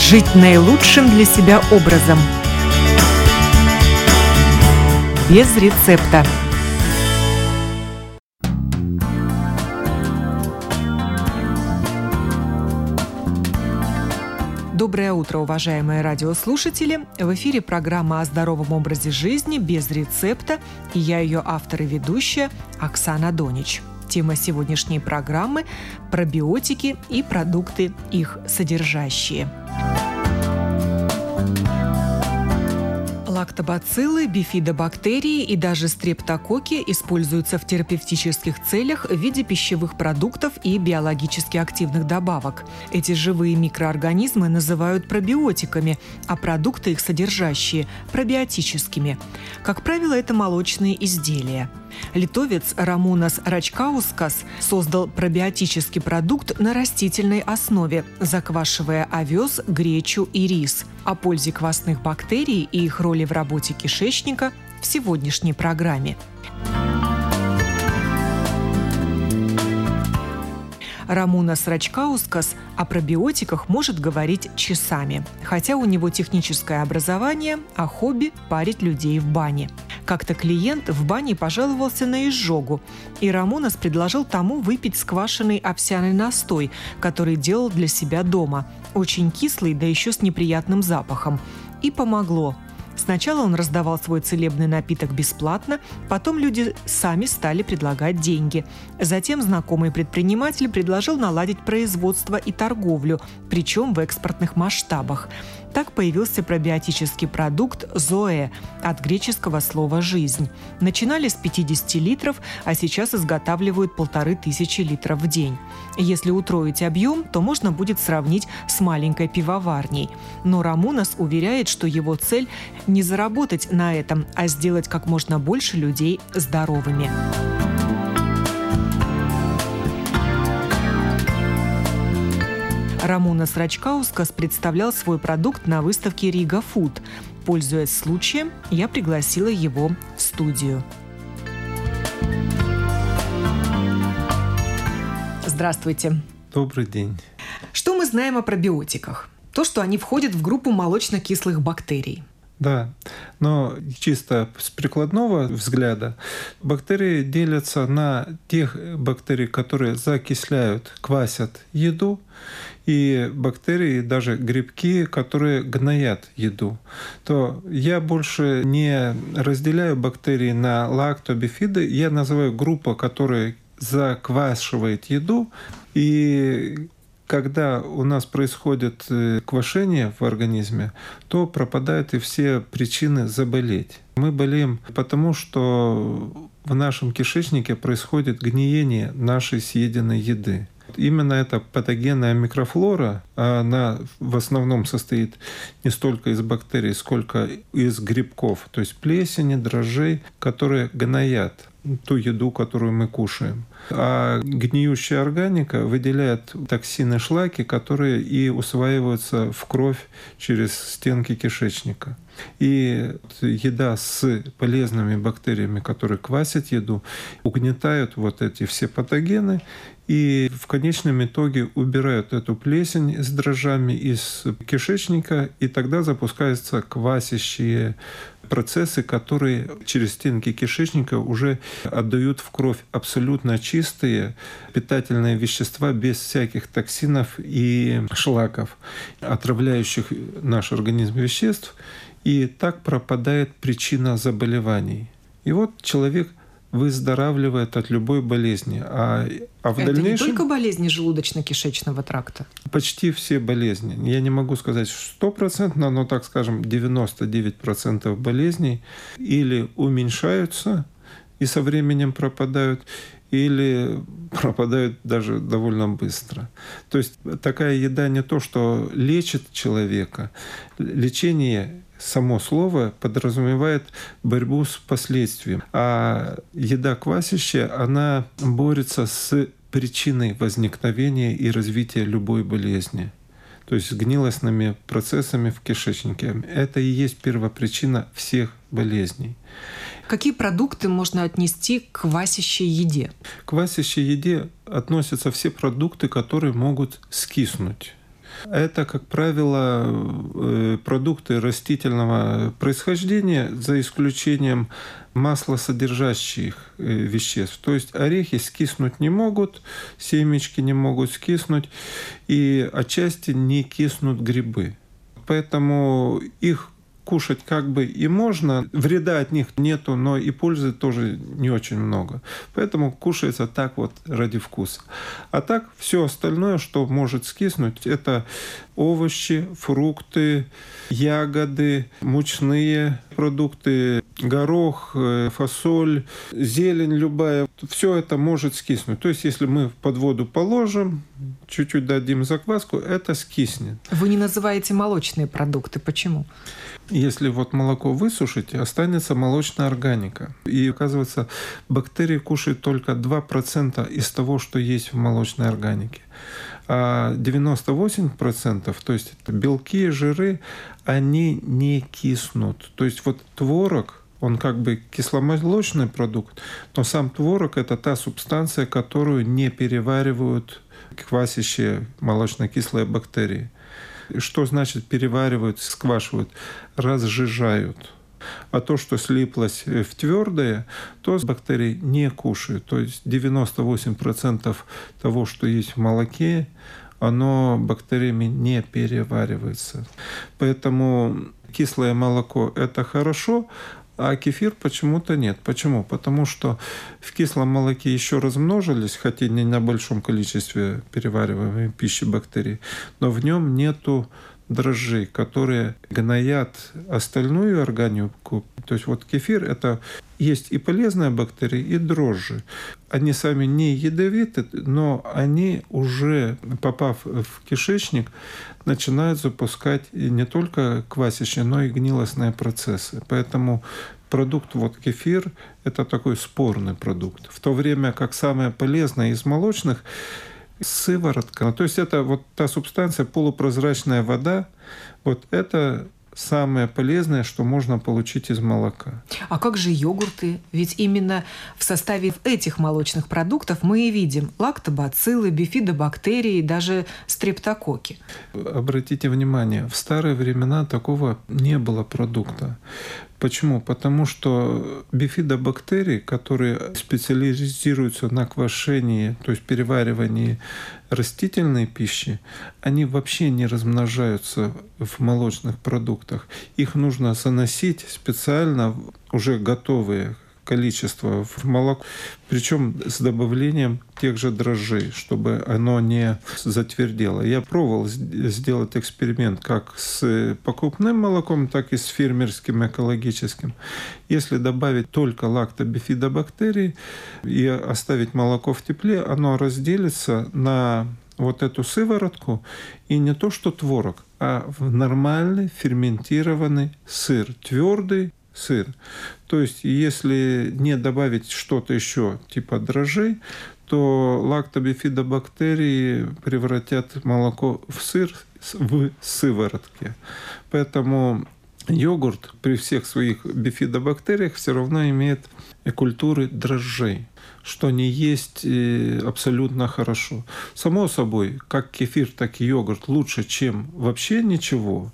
Жить наилучшим для себя образом. Без рецепта. Доброе утро, уважаемые радиослушатели! В эфире программа о здоровом образе жизни без рецепта, и я ее автор и ведущая Оксана Донич. Тема сегодняшней программы – пробиотики и продукты, их содержащие. Лактобациллы, бифидобактерии и даже стрептококки используются в терапевтических целях в виде пищевых продуктов и биологически активных добавок. Эти живые микроорганизмы называют пробиотиками, а продукты, их содержащие – пробиотическими. Как правило, это молочные изделия. Литовец Рамунас Рачкаускас создал пробиотический продукт на растительной основе, заквашивая овес, гречу и рис. О пользе квасных бактерий и их роли в работе кишечника в сегодняшней программе. Рамунас Рачкаускас о пробиотиках может говорить часами, хотя у него техническое образование, а хобби – парить людей в бане. Как-то клиент в бане пожаловался на изжогу, и Рамунас предложил тому выпить сквашенный овсяный настой, который делал для себя дома, очень кислый, да еще с неприятным запахом. И помогло. Сначала он раздавал свой целебный напиток бесплатно, потом люди сами стали предлагать деньги. Затем знакомый предприниматель предложил наладить производство и торговлю, причем в экспортных масштабах. Так появился пробиотический продукт «Зоэ» от греческого слова «жизнь». Начинали с 50 литров, а сейчас изготавливают 1500 литров в день. Если утроить объем, то можно будет сравнить с маленькой пивоварней. Но Рамунас уверяет, что его цель – не заработать на этом, а сделать как можно больше людей здоровыми. Рамунас Рачкаускас представлял свой продукт на выставке Рига Фуд. Пользуясь случаем, я пригласила его в студию. Здравствуйте. Добрый день. Что мы знаем о пробиотиках? То, что они входят в группу молочно-кислых бактерий. Да, но чисто с прикладного взгляда бактерии делятся на тех бактерий, которые закисляют, квасят еду, и бактерии, даже грибки, которые гноят еду. То я больше не разделяю бактерии на лактобифиды, я называю группу, которая заквашивает еду, и когда у нас происходит квашение в организме, то пропадают и все причины заболеть. Мы болеем потому, что в нашем кишечнике происходит гниение нашей съеденной еды. Именно эта патогенная микрофлора, она в основном состоит не столько из бактерий, сколько из грибков, то есть плесени, дрожжей, которые гноят ту еду, которую мы кушаем. А гниющая органика выделяет токсины, шлаки, которые и усваиваются в кровь через стенки кишечника. И еда с полезными бактериями, которые квасят еду, угнетают вот эти все патогены и в конечном итоге убирают эту плесень с дрожжами из кишечника, и тогда запускаются квасящие процессы, которые через стенки кишечника уже отдают в кровь абсолютно чистые питательные вещества без всяких токсинов и шлаков, отравляющих наш организм веществ, и так пропадает причина заболеваний. И вот человек выздоравливает от любой болезни. А в это дальнейшем... не только болезни желудочно-кишечного тракта? Почти все болезни. Я не могу сказать 100%, но, так скажем, 99% болезней или уменьшаются и со временем пропадают, или пропадают даже довольно быстро. То есть такая еда не то, что лечит человека. Лечение, само слово, подразумевает борьбу с последствием. А еда квасящая, она борется с причиной возникновения и развития любой болезни. То есть с гнилостными процессами в кишечнике. Это и есть первопричина всех болезней. Какие продукты можно отнести к квасящей еде? К квасящей еде относятся все продукты, которые могут скиснуть. Это, как правило, продукты растительного происхождения, за исключением маслосодержащих веществ. То есть орехи скиснуть не могут, семечки не могут скиснуть, и отчасти не киснут грибы. Поэтому их кушать как бы и можно, вреда от них нету, но и пользы тоже не очень много. Поэтому кушается так вот ради вкуса. А так все остальное, что может скиснуть, это овощи, фрукты, ягоды, мучные продукты, горох, фасоль, зелень любая. Все это может скиснуть. То есть, если мы под воду положим, чуть-чуть дадим закваску, это скиснет. Вы не называете молочные продукты. Почему? Если вот молоко высушить, останется молочная органика. И оказывается, бактерии кушают только 2% из того, что есть в молочной органике. А 98%, то есть белки, жиры, они не киснут. То есть вот творог, он как бы кисломолочный продукт, но сам творог – это та субстанция, которую не переваривают квасящие молочно-кислые бактерии. Что значит переваривают, сквашивают? Разжижают. А то, что слиплось в твердое, то бактерии не кушают. То есть 98% того, что есть в молоке, оно бактериями не переваривается. Поэтому кислое молоко – это хорошо, а кефир почему-то нет. Почему? Потому что в кислом молоке еще размножились, хотя не на большом количестве перевариваемой пищи бактерий, но в нем нету дрожжей, которые гноят остальную органику. То есть вот кефир – это есть и полезные бактерии, и дрожжи. Они сами не ядовиты, но они уже, попав в кишечник, начинают запускать не только квасящие, но и гнилостные процессы. Поэтому продукт вот кефир – это такой спорный продукт. В то время как самое полезное из молочных – сыворотка. То есть это вот та субстанция, полупрозрачная вода, вот это самое полезное, что можно получить из молока. А как же йогурты? Ведь именно в составе этих молочных продуктов мы и видим лактобациллы, бифидобактерии, даже стрептококки. Обратите внимание, в старые времена такого не было продукта. Почему? Потому что бифидобактерии, которые специализируются на квашении, то есть переваривании растительной пищи, они вообще не размножаются в молочных продуктах. Их нужно заносить специально уже готовые количество в молоко, причем с добавлением тех же дрожжей, чтобы оно не затвердело. Я пробовал сделать эксперимент как с покупным молоком, так и с фермерским экологическим. Если добавить только лактобифидобактерии и оставить молоко в тепле, оно разделится на вот эту сыворотку, и не то что творог, а в нормальный ферментированный сыр, твердый сыр. То есть, если не добавить что-то еще типа дрожжей, то лактобифидобактерии превратят молоко в сыр в сыворотке. Поэтому йогурт при всех своих бифидобактериях все равно имеет культуры дрожжей, что не есть абсолютно хорошо. Само собой, как кефир, так и йогурт лучше, чем вообще ничего,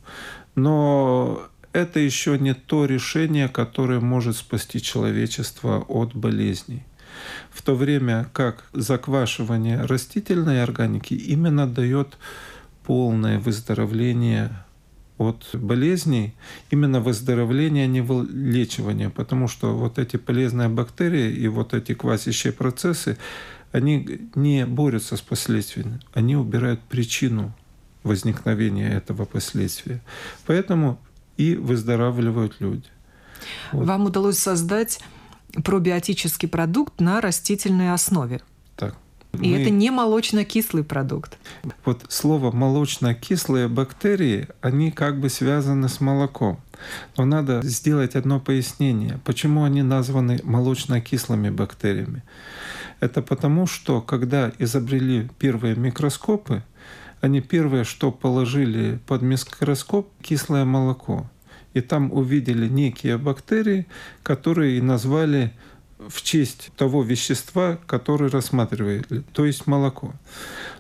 но это еще не то решение, которое может спасти человечество от болезней. В то время как заквашивание растительной органики именно дает полное выздоровление от болезней, именно выздоровление, а не вылечивание, потому что вот эти полезные бактерии и вот эти квасящие процессы, они не борются с последствиями, они убирают причину возникновения этого последствия. Поэтому и выздоравливают люди. Вот. Вам удалось создать пробиотический продукт на растительной основе. Так. И это не молочно-кислый продукт. Вот слово «молочно-кислые бактерии», они как бы связаны с молоком. Но надо сделать одно пояснение. Почему они названы молочно-кислыми бактериями? Это потому, что когда изобрели первые микроскопы, они первое, что положили под микроскоп, кислое молоко. И там увидели некие бактерии, которые и назвали в честь того вещества, которое рассматривали, то есть молоко.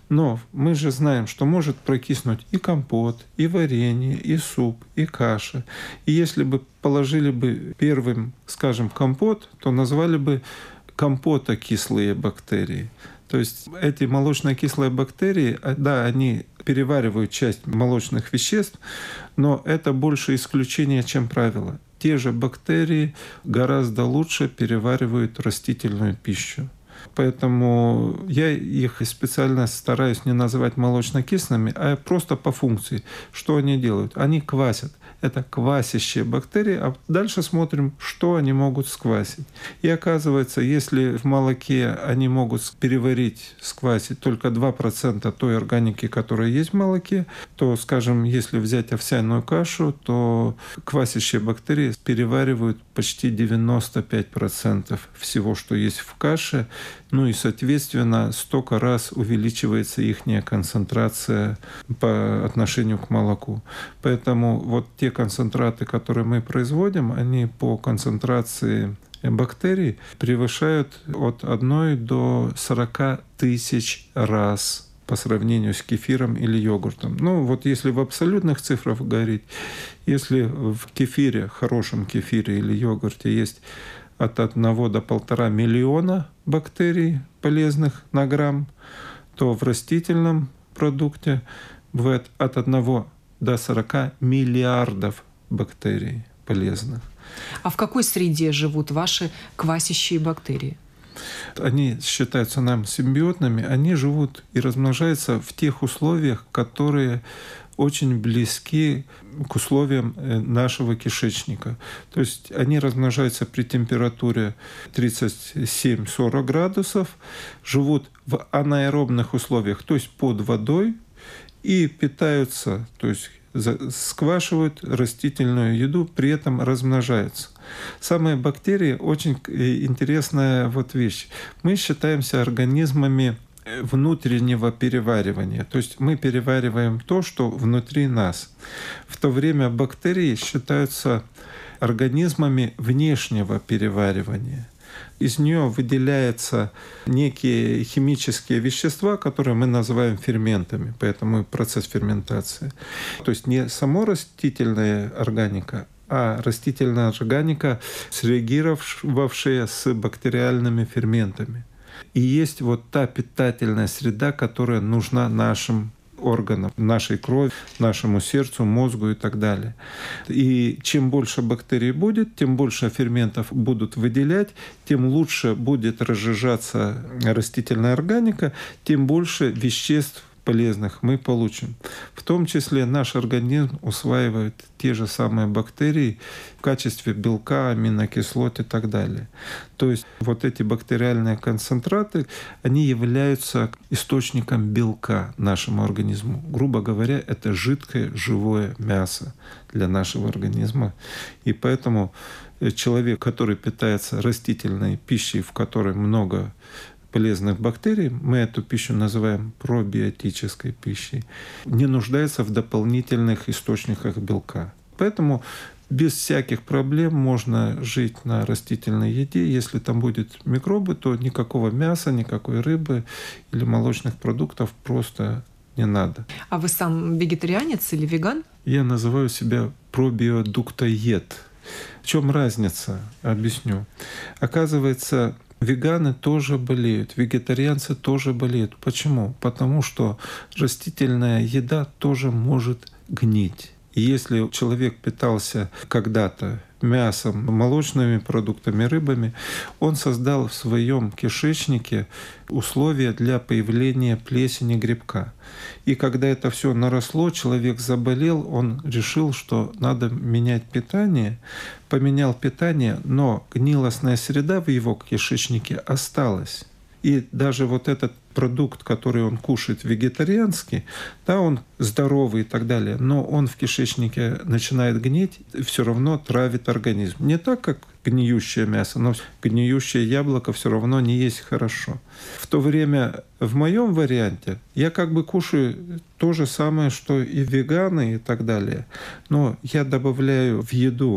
Но мы же знаем, что может прокиснуть и компот, и варенье, и суп, и каша. И если бы положили бы первым, скажем, компот, то назвали бы компотокислые бактерии. То есть эти молочно-кислые бактерии, да, они переваривают часть молочных веществ, но это больше исключение, чем правило. Те же бактерии гораздо лучше переваривают растительную пищу. Поэтому я их специально стараюсь не называть молочно-кислыми, а просто по функции. Что они делают? Они квасят. Это квасящие бактерии, а дальше смотрим, что они могут сквасить. И оказывается, если в молоке они могут переварить, сквасить только 2% той органики, которая есть в молоке, то, скажем, если взять овсяную кашу, то квасящие бактерии переваривают почти 95% всего, что есть в каше. Ну и, соответственно, столько раз увеличивается их концентрация по отношению к молоку. Поэтому вот те концентраты, которые мы производим, они по концентрации бактерий превышают от 1 до 40 тысяч раз по сравнению с кефиром или йогуртом. Ну вот если в абсолютных цифрах говорить, если в кефире, хорошем кефире или йогурте есть от 1 до 1,5 миллиона бактерий полезных на грамм, то в растительном продукте бывает от 1 до 40 миллиардов бактерий полезных. А в какой среде живут ваши квасящие бактерии? Они считаются нам симбиотными, они живут и размножаются в тех условиях, которые очень близки к условиям нашего кишечника. То есть они размножаются при температуре 37-40 градусов, живут в анаэробных условиях, то есть под водой, и питаются, то есть сквашивают растительную еду, при этом размножаются. Самые бактерии очень интересная вот вещь. Мы считаемся организмами внутреннего переваривания. То есть мы перевариваем то, что внутри нас. В то время бактерии считаются организмами внешнего переваривания. Из нее выделяются некие химические вещества, которые мы называем ферментами, поэтому процесс ферментации. То есть не само растительная органика, а растительная органика, среагировавшая с бактериальными ферментами. И есть вот та питательная среда, которая нужна нашим органам, нашей крови, нашему сердцу, мозгу и так далее. И чем больше бактерий будет, тем больше ферментов будут выделять, тем лучше будет разжижаться растительная органика, тем больше веществ полезных мы получим. В том числе наш организм усваивает те же самые бактерии в качестве белка, аминокислот и так далее. То есть вот эти бактериальные концентраты, они являются источником белка нашему организму. Грубо говоря, это жидкое живое мясо для нашего организма. И поэтому человек, который питается растительной пищей, в которой много полезных бактерий, мы эту пищу называем пробиотической пищей, не нуждается в дополнительных источниках белка. Поэтому без всяких проблем можно жить на растительной еде. Если там будет микробы, то никакого мяса, никакой рыбы или молочных продуктов просто не надо. А вы сам вегетарианец или веган? Я называю себя пробиодуктоед. В чем разница? Объясню. Оказывается, веганы тоже болеют, вегетарианцы тоже болеют. Почему? Потому что растительная еда тоже может гнить. И если человек питался когда-то мясом, молочными продуктами, рыбами, он создал в своем кишечнике условия для появления плесени, грибка. И когда это все наросло, человек заболел, он решил, что надо менять питание, поменял питание, но гнилостная среда в его кишечнике осталась. И даже вот этот продукт, который он кушает вегетарианский, да, он здоровый и так далее, но он в кишечнике начинает гнить, все равно травит организм. Не так, как гниющее мясо, но гниющее яблоко все равно не есть хорошо. В то время в моем варианте я как бы кушаю то же самое, что и веганы и так далее, но я добавляю в еду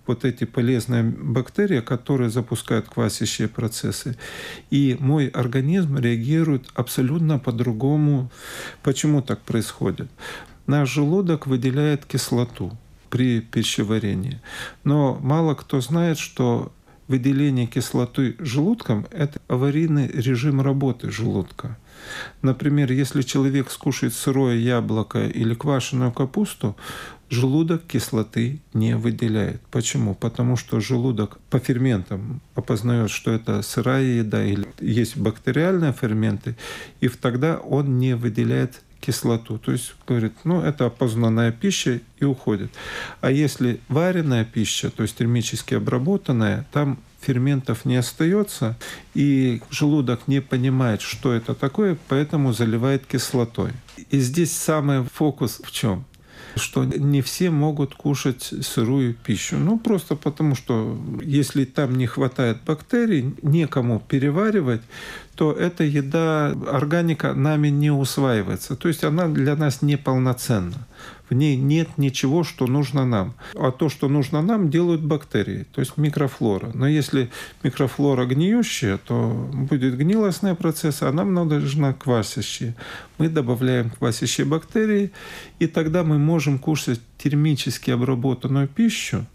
вот эти полезные бактерии, которые запускают квасящие процессы. И мой организм реагирует абсолютно по-другому. Почему так происходит? Наш желудок выделяет кислоту при пищеварении. Но мало кто знает, что выделение кислоты желудком – это аварийный режим работы желудка. Например, если человек скушает сырое яблоко или квашеную капусту, желудок кислоты не выделяет. Почему? Потому что желудок по ферментам опознает, что это сырая еда или есть бактериальные ферменты, и тогда он не выделяет кислоту. То есть говорит, это опознанная пища и уходит. А если вареная пища, то есть термически обработанная, там ферментов не остается, и желудок не понимает, что это такое, поэтому заливает кислотой. И здесь самый фокус в чем? Что не все могут кушать сырую пищу. Просто потому, что если там не хватает бактерий, некому переваривать, то эта еда, органика нами не усваивается. То есть она для нас неполноценна. В ней нет ничего, что нужно нам. А то, что нужно нам, делают бактерии, то есть микрофлора. Но если микрофлора гниющая, то будет гнилостный процесс, а нам нужно квасящие. Мы добавляем квасящие бактерии, и тогда мы можем кушать термически обработанную пищу,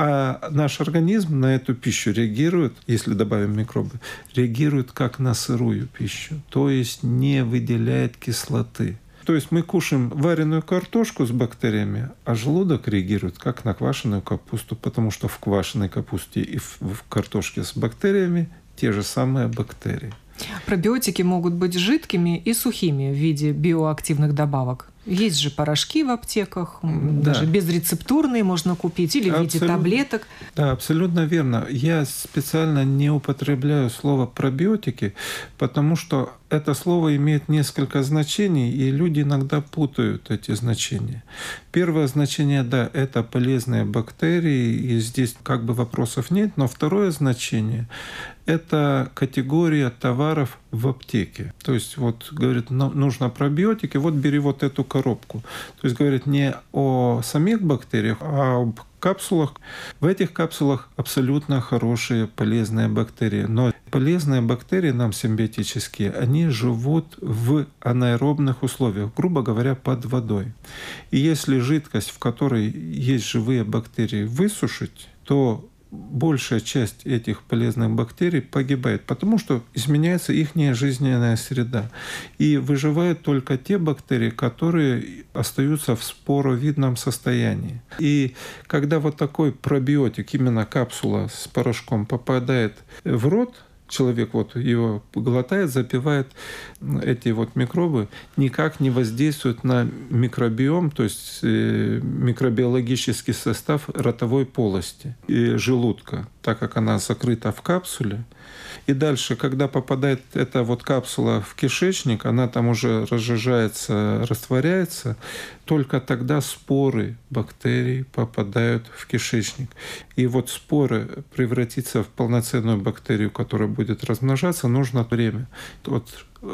а наш организм на эту пищу реагирует, если добавим микробы, реагирует как на сырую пищу, то есть не выделяет кислоты. То есть мы кушаем вареную картошку с бактериями, а желудок реагирует как на квашеную капусту, потому что в квашеной капусте и в картошке с бактериями те же самые бактерии. Пробиотики могут быть жидкими и сухими в виде биоактивных добавок. Есть же порошки в аптеках, даже безрецептурные можно купить, или в виде таблеток. Да, абсолютно верно. Я специально не употребляю слово «пробиотики», потому что это слово имеет несколько значений, и люди иногда путают эти значения. Первое значение, это полезные бактерии, и здесь вопросов нет, но второе значение – это категория товаров в аптеке. То есть, говорит, нужно пробиотики, бери эту коробку. То есть, говорит не о самих бактериях, а об капсулах. В этих капсулах абсолютно хорошие полезные бактерии. Но полезные бактерии нам симбиотические, они живут в анаэробных условиях, грубо говоря, под водой. И если жидкость, в которой есть живые бактерии, высушить, то большая часть этих полезных бактерий погибает, потому что изменяется их жизненная среда. И выживают только те бактерии, которые остаются в споровидном состоянии. И когда такой пробиотик, именно капсула с порошком, попадает в рот, человек его глотает, запивает, эти микробы никак не воздействуют на микробиом, то есть микробиологический состав ротовой полости и желудка, так как она закрыта в капсуле. И дальше, когда попадает эта капсула в кишечник, она там уже разжижается, растворяется, только тогда споры бактерий попадают в кишечник. И споры превратиться в полноценную бактерию, которая будет размножаться, нужно время от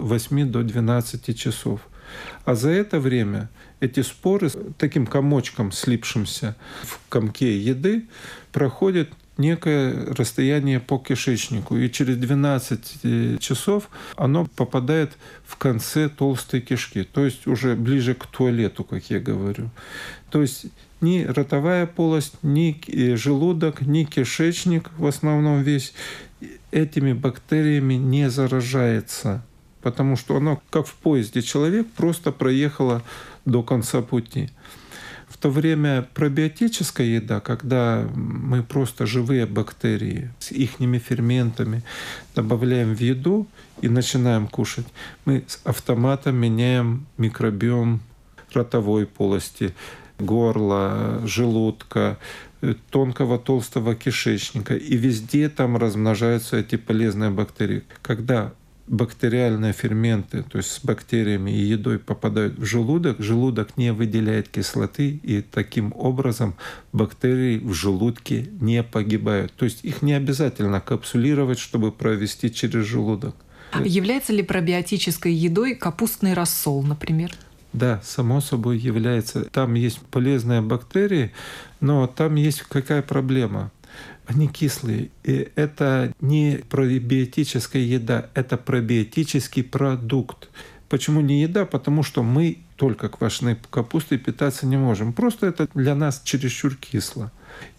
8 до 12 часов. А за это время эти споры таким комочком, слипшимся в комке еды, проходят некое расстояние по кишечнику, и через 12 часов оно попадает в конце толстой кишки, то есть уже ближе к туалету, как я говорю. То есть ни ротовая полость, ни желудок, ни кишечник, в основном весь, этими бактериями не заражается, потому что оно, как в поезде, человек просто проехало до конца пути. В то время пробиотическая еда, когда мы просто живые бактерии с ихними ферментами добавляем в еду и начинаем кушать, мы с автоматом меняем микробиом ротовой полости, горла, желудка, тонкого толстого кишечника. И везде там размножаются эти полезные бактерии. Когда бактериальные ферменты, то есть с бактериями и едой попадают в желудок, желудок не выделяет кислоты, и таким образом бактерии в желудке не погибают. То есть их не обязательно капсулировать, чтобы провести через желудок. Является ли пробиотической едой капустный рассол, например? Да, само собой является. Там есть полезные бактерии, но там есть какая проблема? Они кислые. И это не пробиотическая еда, это пробиотический продукт. Почему не еда? Потому что мы только квашеной капустой питаться не можем. Просто это для нас чересчур кисло.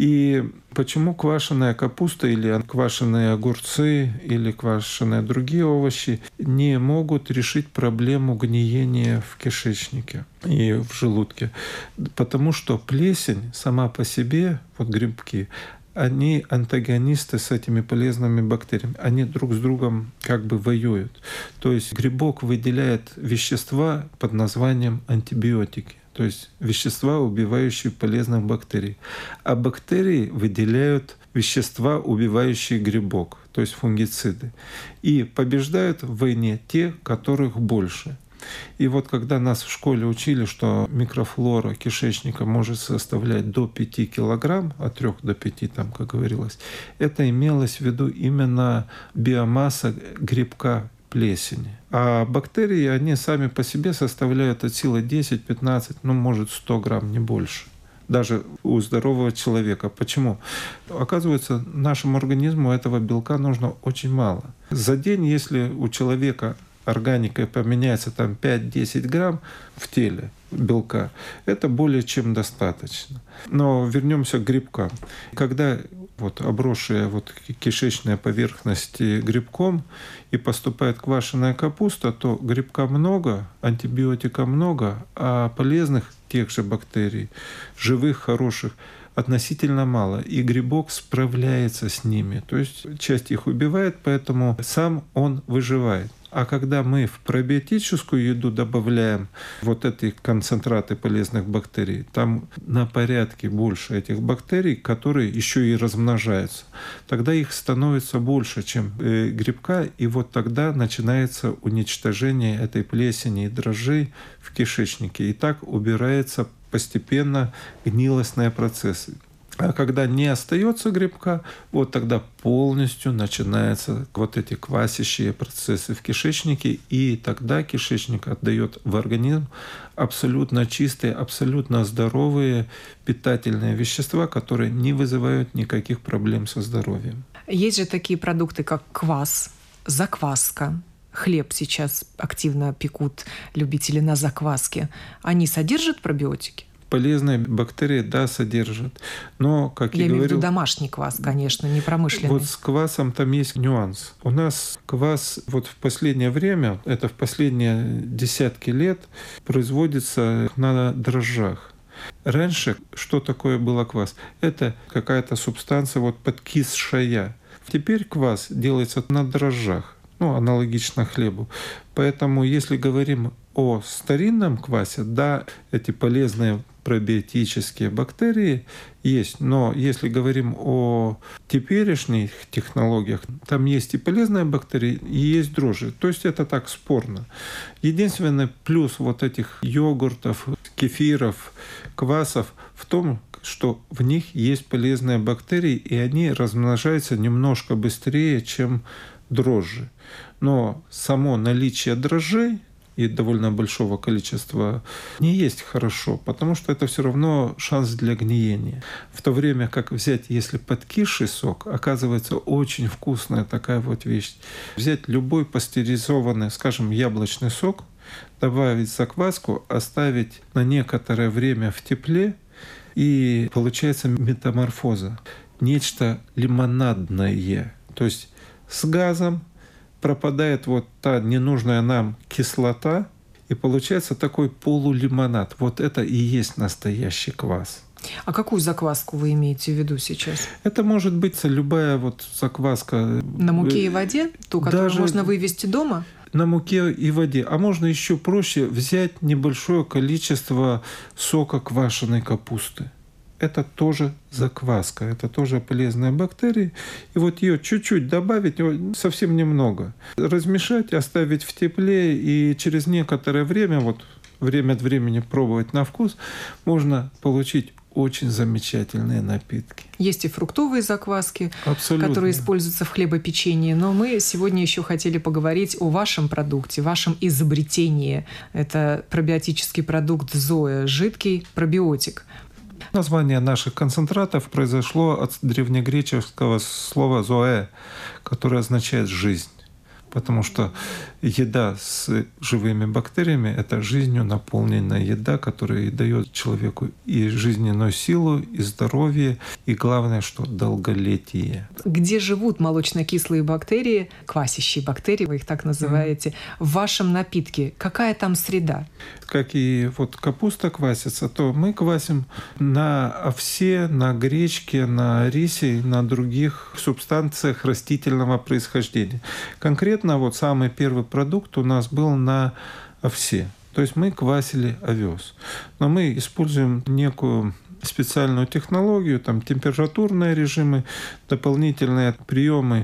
И почему квашеная капуста или квашеные огурцы или квашеные другие овощи не могут решить проблему гниения в кишечнике и в желудке? Потому что плесень сама по себе, вот грибки, они антагонисты с этими полезными бактериями. Они друг с другом как бы воюют. То есть грибок выделяет вещества под названием антибиотики. То есть вещества, убивающие полезных бактерий. А бактерии выделяют вещества, убивающие грибок, то есть фунгициды. И побеждают в войне те, которых больше. И вот когда нас в школе учили, что микрофлора кишечника может составлять до 5 килограмм, от 3 до 5, там, как говорилось, это имелось в виду именно биомасса грибка плесени. А бактерии, они сами по себе составляют от силы 10-15, ну, может, 100 грамм, не больше. Даже у здорового человека. Почему? Оказывается, нашему организму этого белка нужно очень мало. За день, если у человека органикой поменяется там 5-10 грамм в теле белка, это более чем достаточно. Но вернемся к грибкам. Когда вот обросшая вот кишечная поверхность грибком и поступает квашеная капуста, то грибка много, антибиотика много, а полезных тех же бактерий, живых, хороших, относительно мало. И грибок справляется с ними. То есть часть их убивает, поэтому сам он выживает. А когда мы в пробиотическую еду добавляем вот эти концентраты полезных бактерий, там на порядке больше этих бактерий, которые еще и размножаются. Тогда их становится больше, чем грибка, и вот тогда начинается уничтожение этой плесени и дрожжей в кишечнике. И так убирается постепенно гнилостные процессы. А когда не остается грибка, вот тогда полностью начинаются вот эти квасящие процессы в кишечнике, и тогда кишечник отдает в организм абсолютно чистые, абсолютно здоровые питательные вещества, которые не вызывают никаких проблем со здоровьем. Есть же такие продукты, как квас, закваска. Хлеб сейчас активно пекут любители на закваске. Они содержат пробиотики? Полезные бактерии, да, содержат. Но, как я имею говорил, в виду домашний квас, конечно, не промышленный. Вот с квасом там есть нюанс. У нас квас вот в последнее время, это в последние десятки лет, производится на дрожжах. Раньше что такое был квас? Это какая-то субстанция вот подкисшая. Теперь квас делается на дрожжах, ну, аналогично хлебу. Поэтому, если говорим о старинном квасе, да, эти полезные пробиотические бактерии есть, но если говорим о теперешних технологиях, там есть и полезные бактерии, и есть дрожжи. То есть это так спорно. Единственный плюс вот этих йогуртов, кефиров, квасов в том, что в них есть полезные бактерии, и они размножаются немножко быстрее, чем дрожжи. Но само наличие дрожжей и довольно большого количества не есть хорошо, потому что это все равно шанс для гниения. В то время как взять, если подкисший сок, оказывается очень вкусная такая вот вещь. Взять любой пастеризованный, скажем, яблочный сок, добавить закваску, оставить на некоторое время в тепле, и получается метаморфоза. Нечто лимонадное. То есть с газом пропадает вот та ненужная нам кислота, и получается такой полулимонад. Вот это и есть настоящий квас. А какую закваску вы имеете в виду сейчас? Это может быть любая вот закваска. На муке и воде? Ту, которую даже можно вывести дома? На муке и воде. А можно еще проще взять небольшое количество сока квашеной капусты. Это тоже закваска, это тоже полезные бактерии. И вот ее чуть-чуть добавить, совсем немного. Размешать, оставить в тепле, и через некоторое время, вот время от времени пробовать на вкус, можно получить очень замечательные напитки. Есть и фруктовые закваски, Абсолютно. которые используются в хлебопечении. Но мы сегодня еще хотели поговорить о вашем продукте, вашем изобретении. Это пробиотический продукт Zoe, жидкий пробиотик. Название наших концентратов произошло от древнегреческого слова «zoe», которое означает «жизнь». Потому что еда с живыми бактериями — это жизнью наполненная еда, которая дает человеку и жизненную силу, и здоровье, и главное, что долголетие. Где живут молочно-кислые бактерии, квасящие бактерии, вы их так называете, в вашем напитке? Какая там среда? Как и вот капуста квасится, то мы квасим на овсе, на гречке, на рисе и на других субстанциях растительного происхождения. Конкретно вот самый первый продукт у нас был на овсе. То есть мы квасили овес. Но мы используем некую специальную технологию, там температурные режимы, дополнительные приемы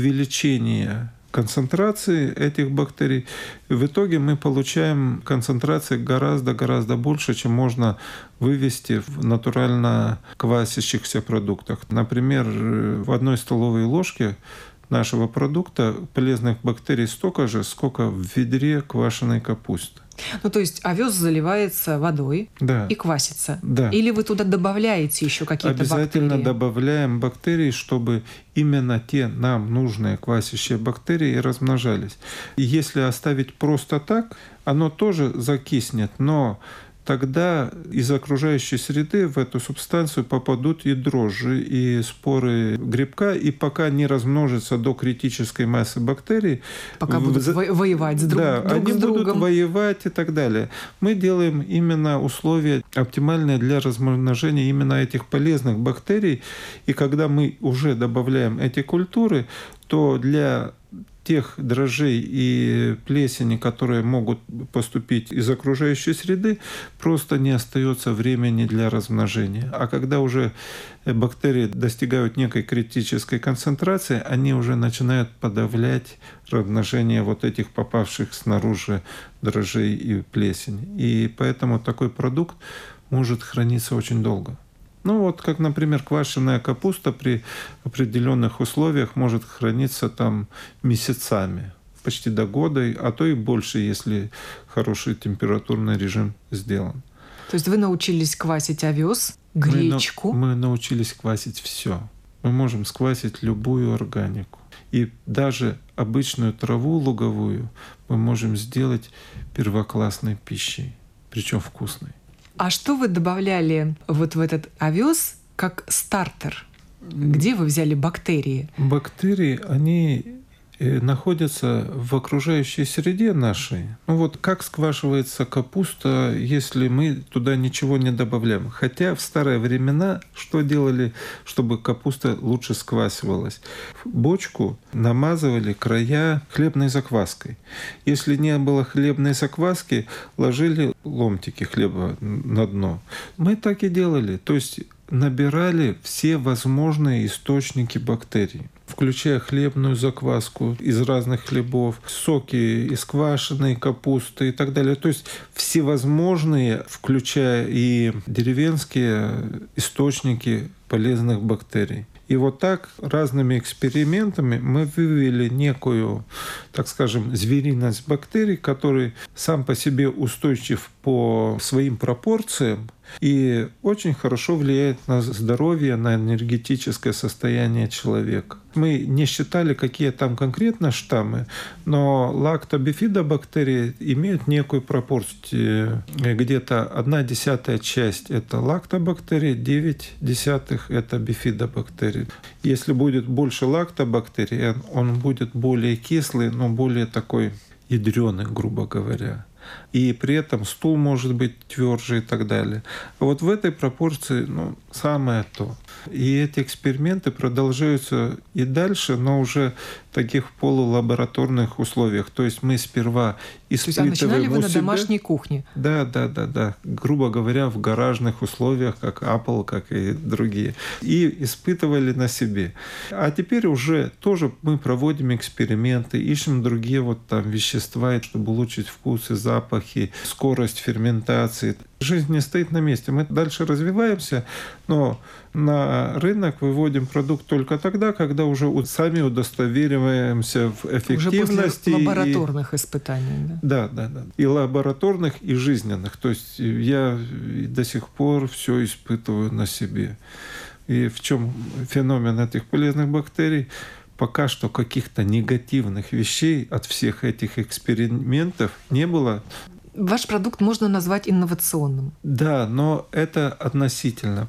увеличения концентрации этих бактерий. В итоге мы получаем концентрации гораздо больше, чем можно вывести в натурально квасящихся продуктах. Например, в 1 столовой ложке нашего продукта полезных бактерий столько же, сколько в ведре квашеной капусты. Ну, то есть овес заливается водой и квасится. Да. Или вы туда добавляете еще какие-то бактерии? Обязательно добавляем бактерии, чтобы именно те нам нужные квасящие бактерии размножались. И если оставить просто так, оно тоже закиснет, но тогда из окружающей среды в эту субстанцию попадут и дрожжи, и споры грибка, и пока не размножится до критической массы бактерий... Пока будут воевать друг с другом. Они будут воевать и так далее. Мы делаем именно условия оптимальные для размножения именно этих полезных бактерий. И когда мы уже добавляем эти культуры, то для тех дрожжей и плесени, которые могут поступить из окружающей среды, просто не остается времени для размножения. А когда уже бактерии достигают некой критической концентрации, они уже начинают подавлять размножение вот этих попавших снаружи дрожжей и плесени. И поэтому такой продукт может храниться очень долго. Ну вот, как, например, квашеная капуста при определенных условиях может храниться там месяцами, почти до года, а то и больше, если хороший температурный режим сделан. То есть вы научились квасить овес, гречку? Мы научились квасить все. Мы можем сквасить любую органику. И даже обычную траву луговую мы можем сделать первоклассной пищей, причем вкусной. А что вы добавляли вот в этот овес как стартер? Где вы взяли бактерии? Бактерии, они находятся в окружающей среде нашей. Ну вот как сквашивается капуста, если мы туда ничего не добавляем? Хотя в старые времена что делали, чтобы капуста лучше сквасивалась? В бочку намазывали края хлебной закваской. Если не было хлебной закваски, ложили ломтики хлеба на дно. Мы так и делали. То есть набирали все возможные источники бактерий, включая хлебную закваску из разных хлебов, соки из квашеной капусты и так далее. То есть всевозможные, включая и деревенские источники полезных бактерий. И вот так разными экспериментами мы вывели некую, так скажем, звериность бактерий, который сам по себе устойчив по своим пропорциям и очень хорошо влияет на здоровье, на энергетическое состояние человека. Мы не считали, какие там конкретно штаммы, но лактобифидобактерии имеют некую пропорцию. Где-то 1/10 часть – это лактобактерии, 9/10 – это бифидобактерии. Если будет больше лактобактерий, он будет более кислый, но более такой ядреный, грубо говоря. И при этом стул может быть тверже и так далее. А вот в этой пропорции самое то. И эти эксперименты продолжаются и дальше, но уже в таких полулабораторных условиях. То есть мы сперва испытываем. То есть, начинали вы на домашней кухне? Да. Грубо говоря, в гаражных условиях, как Apple, как и другие. И испытывали на себе. А теперь уже тоже мы проводим эксперименты, ищем другие вещества, чтобы улучшить вкус и запах запахи, скорость ферментации. Жизнь не стоит на месте. Мы дальше развиваемся, но на рынок выводим продукт только тогда, когда уже сами удостовериваемся в эффективности. Уже после лабораторных испытаний. Да. И лабораторных, и жизненных. То есть я до сих пор все испытываю на себе. И в чем феномен этих полезных бактерий? Пока что каких-то негативных вещей от всех этих экспериментов не было. Ваш продукт можно назвать инновационным. Да, но это относительно.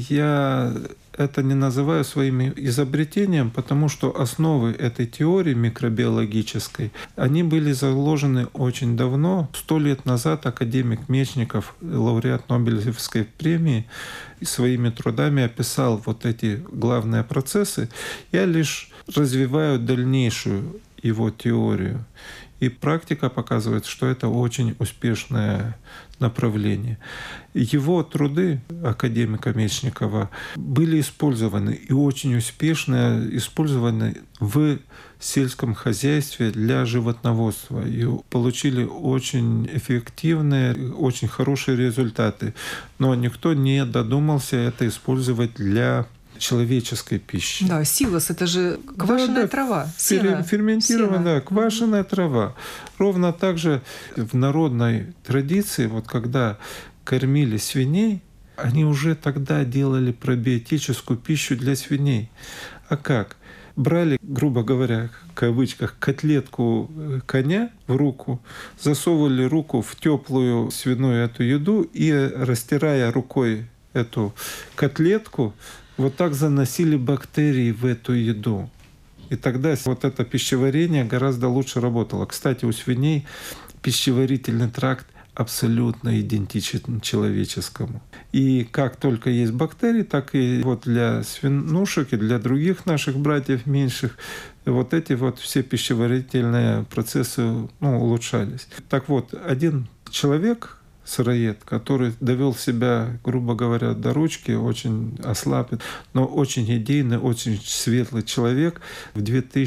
Я это не называю своим изобретением, потому что основы этой теории микробиологической, они были заложены очень давно. 100 лет назад академик Мечников, лауреат Нобелевской премии, своими трудами описал вот эти главные процессы. Я лишь развиваю дальнейшую его теорию. И практика показывает, что это очень успешное направление. Его труды академика Мечникова были использованы и очень успешно использованы в сельском хозяйстве для животноводства. И получили очень эффективные, очень хорошие результаты. Но никто не додумался это использовать для человеческой пищи. Да, силос — это же квашеная трава. Ферментированная квашеная трава. Ровно так же в народной традиции, вот когда кормили свиней, они уже тогда делали пробиотическую пищу для свиней. А как? Брали, грубо говоря, в кавычках, котлетку коня в руку, засовывали руку в теплую свиную эту еду и, растирая рукой эту котлетку, вот так заносили бактерии в эту еду. И тогда вот это пищеварение гораздо лучше работало. Кстати, у свиней пищеварительный тракт абсолютно идентичен человеческому. И как только есть бактерии, так и вот для свинушек и для других наших братьев меньших вот эти вот все пищеварительные процессы улучшались. Так вот, один человек, сыроед, который довел себя, грубо говоря, до ручки, очень ослаб, но очень идейный, очень светлый человек, в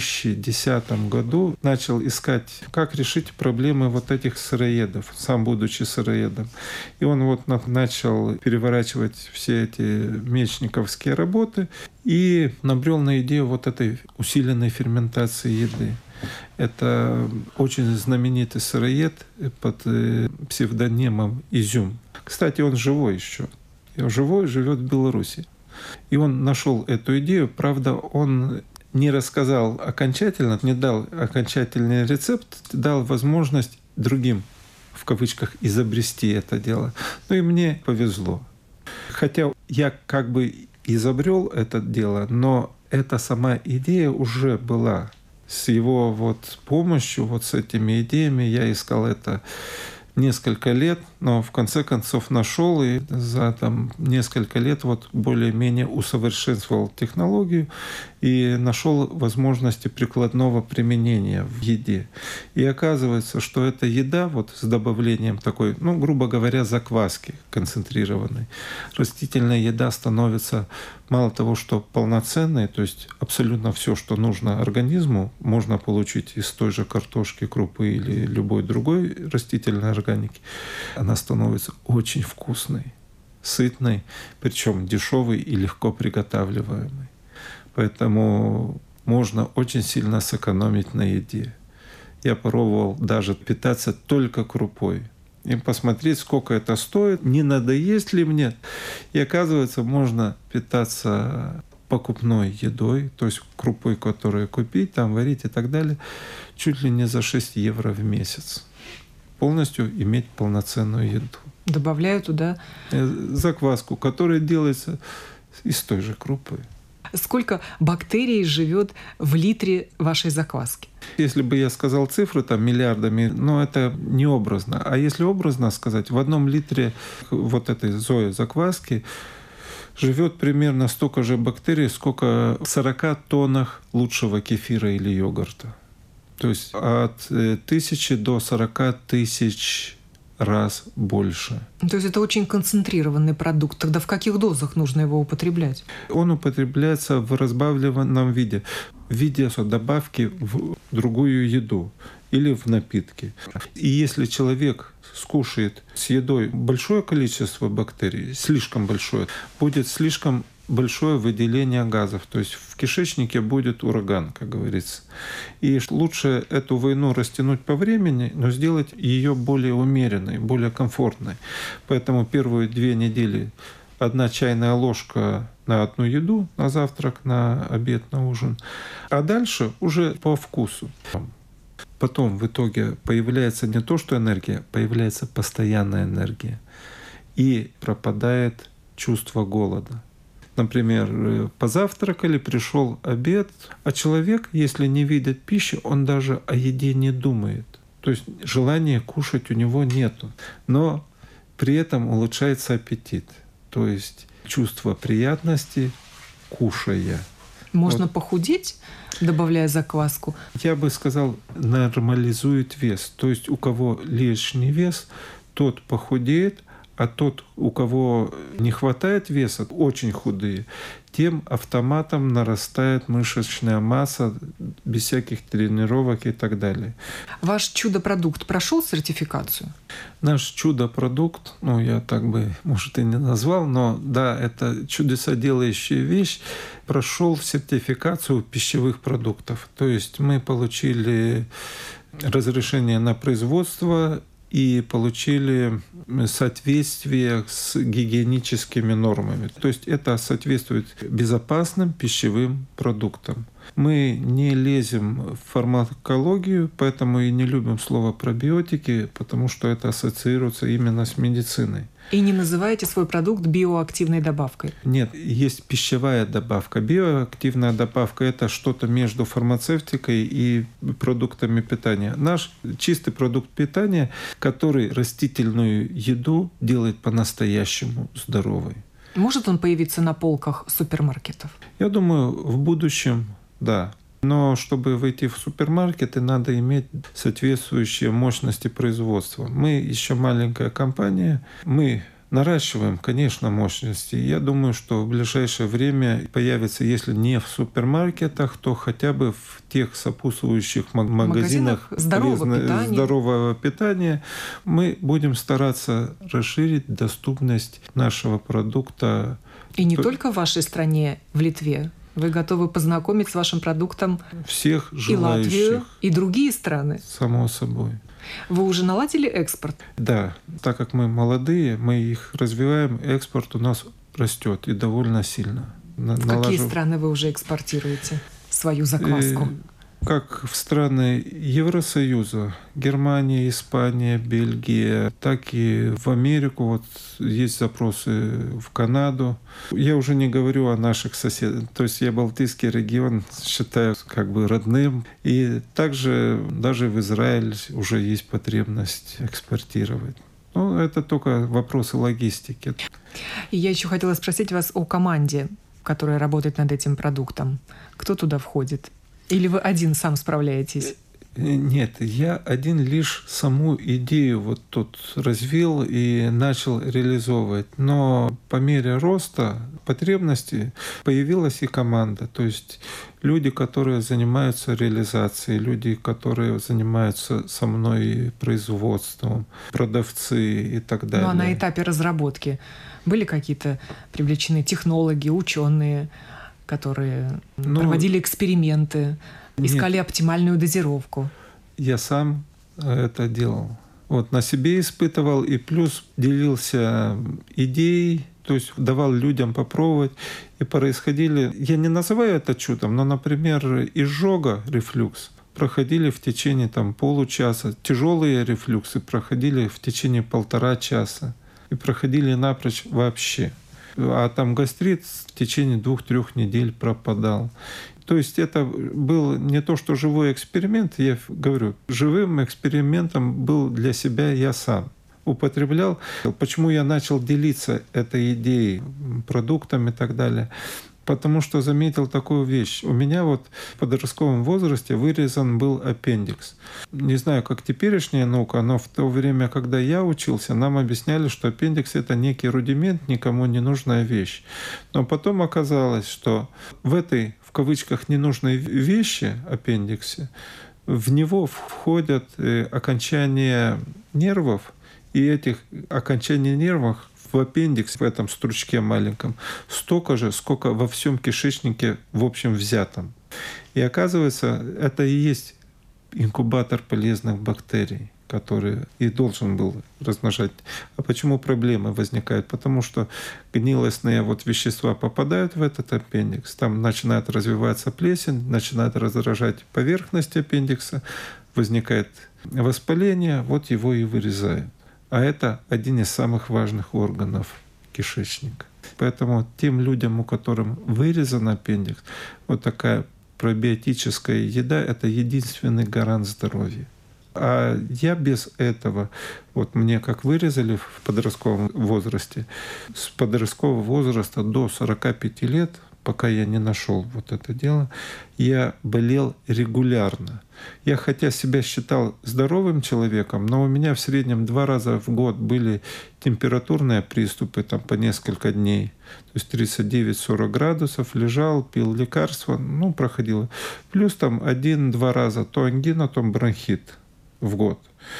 2010 году начал искать, как решить проблемы вот этих сыроедов, сам будучи сыроедом. И он вот начал переворачивать все эти мечниковские работы и набрел на идею вот этой усиленной ферментации еды. Это очень знаменитый сыроед под псевдонимом Изюм. Кстати, он живой еще. Он живой, живет в Беларуси. И он нашел эту идею. Правда, он не рассказал окончательно, не дал окончательный рецепт, дал возможность другим, в кавычках, изобрести это дело. Ну и мне повезло. Хотя я как бы изобрел это дело, но эта сама идея уже была. С его вот помощью, вот с этими идеями я искал это несколько лет, но в конце концов нашел и за несколько лет вот более-менее усовершенствовал технологию и нашел возможности прикладного применения в еде. И оказывается, что эта еда вот с добавлением такой, грубо говоря, закваски концентрированной, растительная еда становится мало того, что полноценной, то есть абсолютно все, что нужно организму, можно получить из той же картошки, крупы или любой другой растительной органики. Она становится очень вкусной, сытной, причем дешевой и легко приготавливаемой. Поэтому можно очень сильно сэкономить на еде. Я пробовал даже питаться только крупой. И посмотреть, сколько это стоит, не надоест ли мне. И оказывается, можно питаться покупной едой, то есть крупой, которую купить, варить и так далее, чуть ли не за 6 евро в месяц. Полностью иметь полноценную еду. Добавляю туда закваску, которая делается из той же крупы. Сколько бактерий живет в литре вашей закваски? Если бы я сказал цифры миллиардами, это не образно. А если образно сказать, в 1 литре вот этой Зои закваски живет примерно столько же бактерий, сколько в 40 тоннах лучшего кефира или йогурта. То есть от 1000 до 40 тысяч раз больше. То есть это очень концентрированный продукт. Тогда в каких дозах нужно его употреблять? Он употребляется в разбавленном виде, в виде добавки в другую еду. или в напитки. И если человек скушает с едой большое количество бактерий, слишком большое, будет слишком большое выделение газов. То есть в кишечнике будет ураган, как говорится. И лучше эту войну растянуть по времени, но сделать ее более умеренной, более комфортной. Поэтому первые 2 недели 1 чайная ложка на одну еду, на завтрак, на обед, на ужин. А дальше уже по вкусу. Потом в итоге появляется не то, что энергия, появляется постоянная энергия. И пропадает чувство голода. Например, позавтракали, пришел обед, а человек, если не видит пищи, он даже о еде не думает. То есть желания кушать у него нету. Но при этом улучшается аппетит. То есть чувство приятности, кушая. Можно похудеть, добавляя закваску? Я бы сказал, нормализует вес. То есть у кого лишний вес, тот похудеет, а тот, у кого не хватает веса, очень худые, тем автоматом нарастает мышечная масса без всяких тренировок и так далее. Ваш чудо-продукт прошел сертификацию? Наш чудо-продукт, я так бы, может, и не назвал, но да, это чудесоделающая вещь, прошел сертификацию пищевых продуктов. То есть мы получили разрешение на производство и получили соответствие с гигиеническими нормами. То есть это соответствует безопасным пищевым продуктам. Мы не лезем в фармакологию, поэтому и не любим слово пробиотики, потому что это ассоциируется именно с медициной. И не называете свой продукт биоактивной добавкой? Нет, есть пищевая добавка. Биоактивная добавка – это что-то между фармацевтикой и продуктами питания. Наш чистый продукт питания, который растительную еду делает по-настоящему здоровой. Может он появиться на полках супермаркетов? Я думаю, в будущем – да. Но чтобы войти в супермаркеты, надо иметь соответствующие мощности производства. Мы еще маленькая компания, мы наращиваем, конечно, мощности. Я думаю, что в ближайшее время появится, если не в супермаркетах, то хотя бы в тех сопутствующих магазинах здорового питания. Мы будем стараться расширить доступность нашего продукта. И не только в вашей стране, в Литве. Вы готовы познакомить с вашим продуктом всех желающих. И Латвию, и другие страны? Само собой. Вы уже наладили экспорт? Да. Так как мы молодые, мы их развиваем, экспорт у нас растет и довольно сильно. В какие страны вы уже экспортируете свою закваску? Как в страны Евросоюза, Германия, Испания, Бельгия, так и в Америку. Вот есть запросы в Канаду. Я уже не говорю о наших соседях. То есть я Балтийский регион считаю как бы родным. И также даже в Израиль уже есть потребность экспортировать. Это только вопросы логистики. И я еще хотела спросить вас о команде, которая работает над этим продуктом. Кто туда входит? Или вы один сам справляетесь? Нет, я один лишь саму идею вот тут развил и начал реализовывать. Но по мере роста потребностей появилась и команда. То есть люди, которые занимаются реализацией, люди, которые занимаются со мной производством, продавцы и так далее. Ну а на этапе разработки были какие-то привлечены технологи, ученые, которые проводили эксперименты, искали оптимальную дозировку? Я сам это делал. На себе испытывал и плюс делился идеей, то есть давал людям попробовать. И происходили, я не называю это чудом, но, например, изжога, рефлюкс, проходили в течение получаса. Тяжелые рефлюксы проходили в течение 1,5 часа. И проходили напрочь вообще. А гастрит в течение 2-3 недель пропадал. То есть это был не то, что живой эксперимент, я говорю, живым экспериментом был для себя я сам. Употреблял. Почему я начал делиться этой идеей, продуктами и так далее? Потому что заметил такую вещь. У меня в подростковом возрасте вырезан был аппендикс. Не знаю, как теперешняя наука, но в то время, когда я учился, нам объясняли, что аппендикс — это некий рудимент, никому не нужная вещь. Но потом оказалось, что в этой, в кавычках, ненужной вещи, аппендиксе, В него входят окончания нервов, и этих окончаний нервов в аппендикс, в этом стручке маленьком, столько же, сколько во всем кишечнике в общем взятом. И оказывается, это и есть инкубатор полезных бактерий, который и должен был размножать. А почему проблемы возникают? Потому что гнилостные вещества попадают в этот аппендикс, там начинает развиваться плесень, начинает раздражать поверхность аппендикса, возникает воспаление, его и вырезают. А это один из самых важных органов кишечника. Поэтому тем людям, у которых вырезан аппендикс, такая пробиотическая еда — это единственный гарант здоровья. А я без этого, мне как вырезали в подростковом возрасте, с подросткового возраста до 45 лет, пока я не нашел это дело, я болел регулярно. Я хотя себя считал здоровым человеком, но у меня в среднем 2 раза в год были температурные приступы по несколько дней. То есть 39-40 градусов, лежал, пил лекарства, проходило. Плюс 1-2 раза то ангина, то бронхит в год.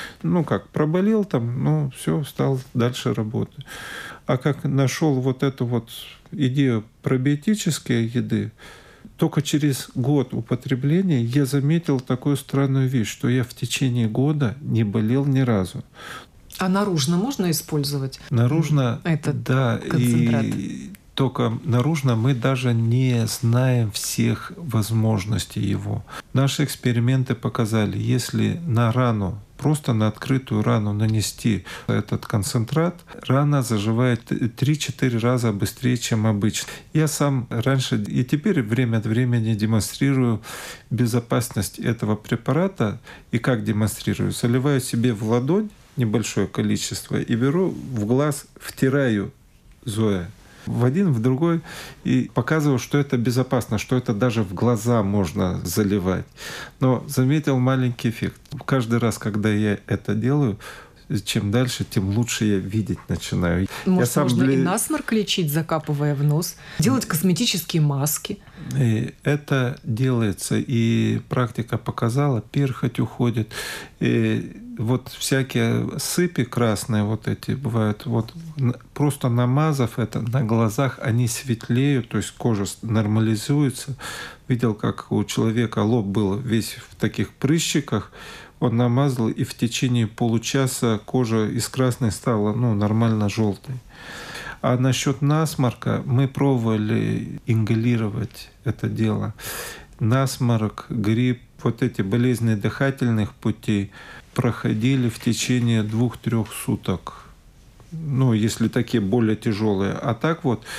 Проболел все, стал дальше работать. А как нашел эту идею пробиотической еды, только через год употребления я заметил такую странную вещь, что я в течение года не болел ни разу. А наружно можно использовать? Наружно, этот концентрат? И только наружно мы даже не знаем всех возможностей его. Наши эксперименты показали, если на рану, просто на открытую рану нанести этот концентрат, рана заживает 3-4 раза быстрее, чем обычно. Я сам раньше и теперь время от времени демонстрирую безопасность этого препарата. И как демонстрирую? Заливаю себе в ладонь небольшое количество и беру в глаз, втираю Зоя в один, в другой, и показываю, что это безопасно, что это даже в глаза можно заливать. Но заметил маленький эффект. Каждый раз, когда я это делаю, чем дальше, тем лучше я видеть начинаю. Может, можно и насморк лечить, закапывая в нос, делать косметические маски. И это делается, и практика показала, перхоть уходит. И всякие сыпи красные эти бывают, просто намазав это на глазах, они светлеют, то есть кожа нормализуется. Видел, как у человека лоб был весь в таких прыщиках, он намазал, и в течение получаса кожа из красной стала нормально желтой. А насчет насморка мы пробовали ингалировать это дело. Насморк, грипп, эти болезни дыхательных путей проходили в течение 2-3 суток. Если такие более тяжелые. А так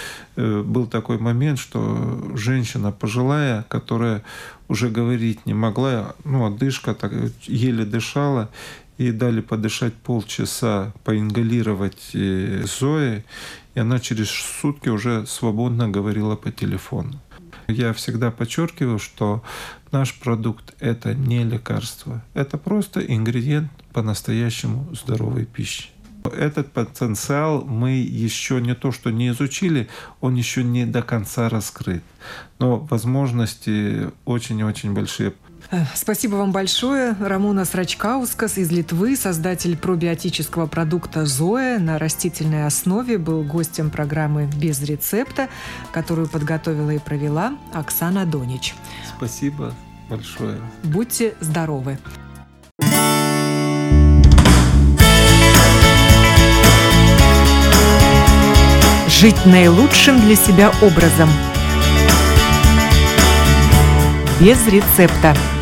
был такой момент, что женщина пожилая, которая уже говорить не могла, одышка, еле дышала, ей дали подышать полчаса, поингалировать Зои, и она через сутки уже свободно говорила по телефону. Я всегда подчеркиваю, что наш продукт — это не лекарство, это просто ингредиент по-настоящему здоровой пищи. Этот потенциал мы еще не то что не изучили, он еще не до конца раскрыт. Но возможности очень-очень большие. Спасибо вам большое. Рамūnas Račkauskas из Литвы, создатель пробиотического продукта «Зоя» на растительной основе, был гостем программы «Без рецепта», которую подготовила и провела Оксана Донич. Спасибо большое. Будьте здоровы. Жить наилучшим для себя образом. Без рецепта.